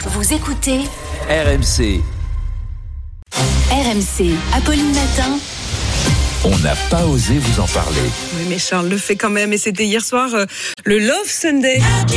Vous écoutez RMC. RMC, Apolline Matin. On n'a pas osé vous en parler. Oui, mais Charles le fait quand même. Et c'était hier soir le Love Sunday.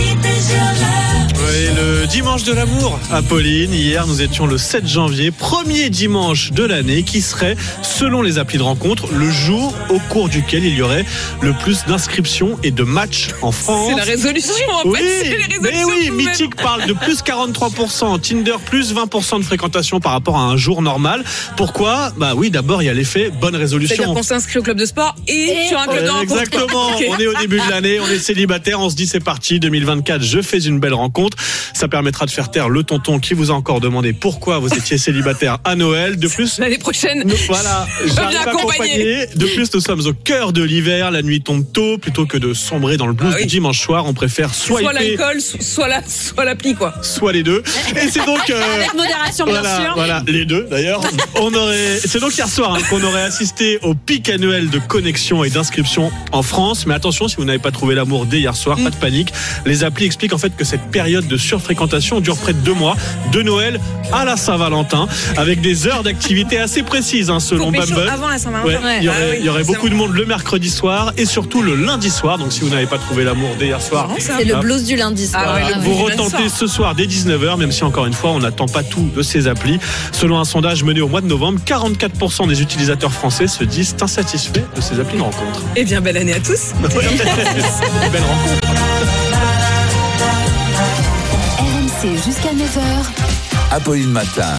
Oui, le dimanche de l'amour, Apolline. Hier, nous étions le 7 janvier, premier dimanche de l'année, qui serait, selon les applis de rencontre, le jour au cours duquel il y aurait le plus d'inscriptions et de matchs en France. C'est la résolution, en Oui, fait. C'est les résolutions mais oui, nouvelles. Mythique parle de plus 43%, Tinder plus 20% de fréquentation par rapport à un jour normal. Pourquoi ? Bah oui, d'abord, il y a l'effet bonne résolution. C'est-à-dire qu'on s'inscrit au club de sport et sur un club de rencontre. Exactement, Okay. On est au début de l'année, on est célibataire, on se dit c'est parti, 2024, je fais une belle rencontre. Ça permettra de faire taire le tonton qui vous a encore demandé pourquoi vous étiez célibataire à Noël. De plus, L'année prochaine, voilà, j'arrive bien à accompagner. De plus, nous sommes au cœur de l'hiver, la nuit tombe tôt, plutôt que de sombrer dans le blues du dimanche soir, on préfère soit swiper, l'alcool, soit l'appli, quoi. soit les deux. Et c'est donc Avec modération, bien sûr. Voilà, les deux d'ailleurs. C'est donc hier soir qu'on aurait assisté au pic annuel de connexion et d'inscription en France. Mais attention, si vous n'avez pas trouvé l'amour dès hier soir, pas de panique. Les applis expliquent en fait que cette période de surfréquentation dure près de 2 mois, de Noël à la Saint-Valentin, avec des heures d'activité assez précises, selon Pour pécho Bumble. avant la Saint-Valentin. Ouais, il y aurait beaucoup de monde le mercredi soir et surtout le lundi soir. Donc si vous n'avez pas trouvé l'amour dès hier soir, C'est le blues du lundi soir. Ah ouais, le vous blues du lundi retentez soir. ce soir dès 19h, même si encore une fois on n'attend pas tout de ces applis. Selon un sondage mené au mois de novembre, 44% des utilisateurs français se disent insatisfaits de ces applis de rencontre. Eh bien, belle année à tous. Belle rencontre. RMC jusqu'à 9h. Apolline Matin.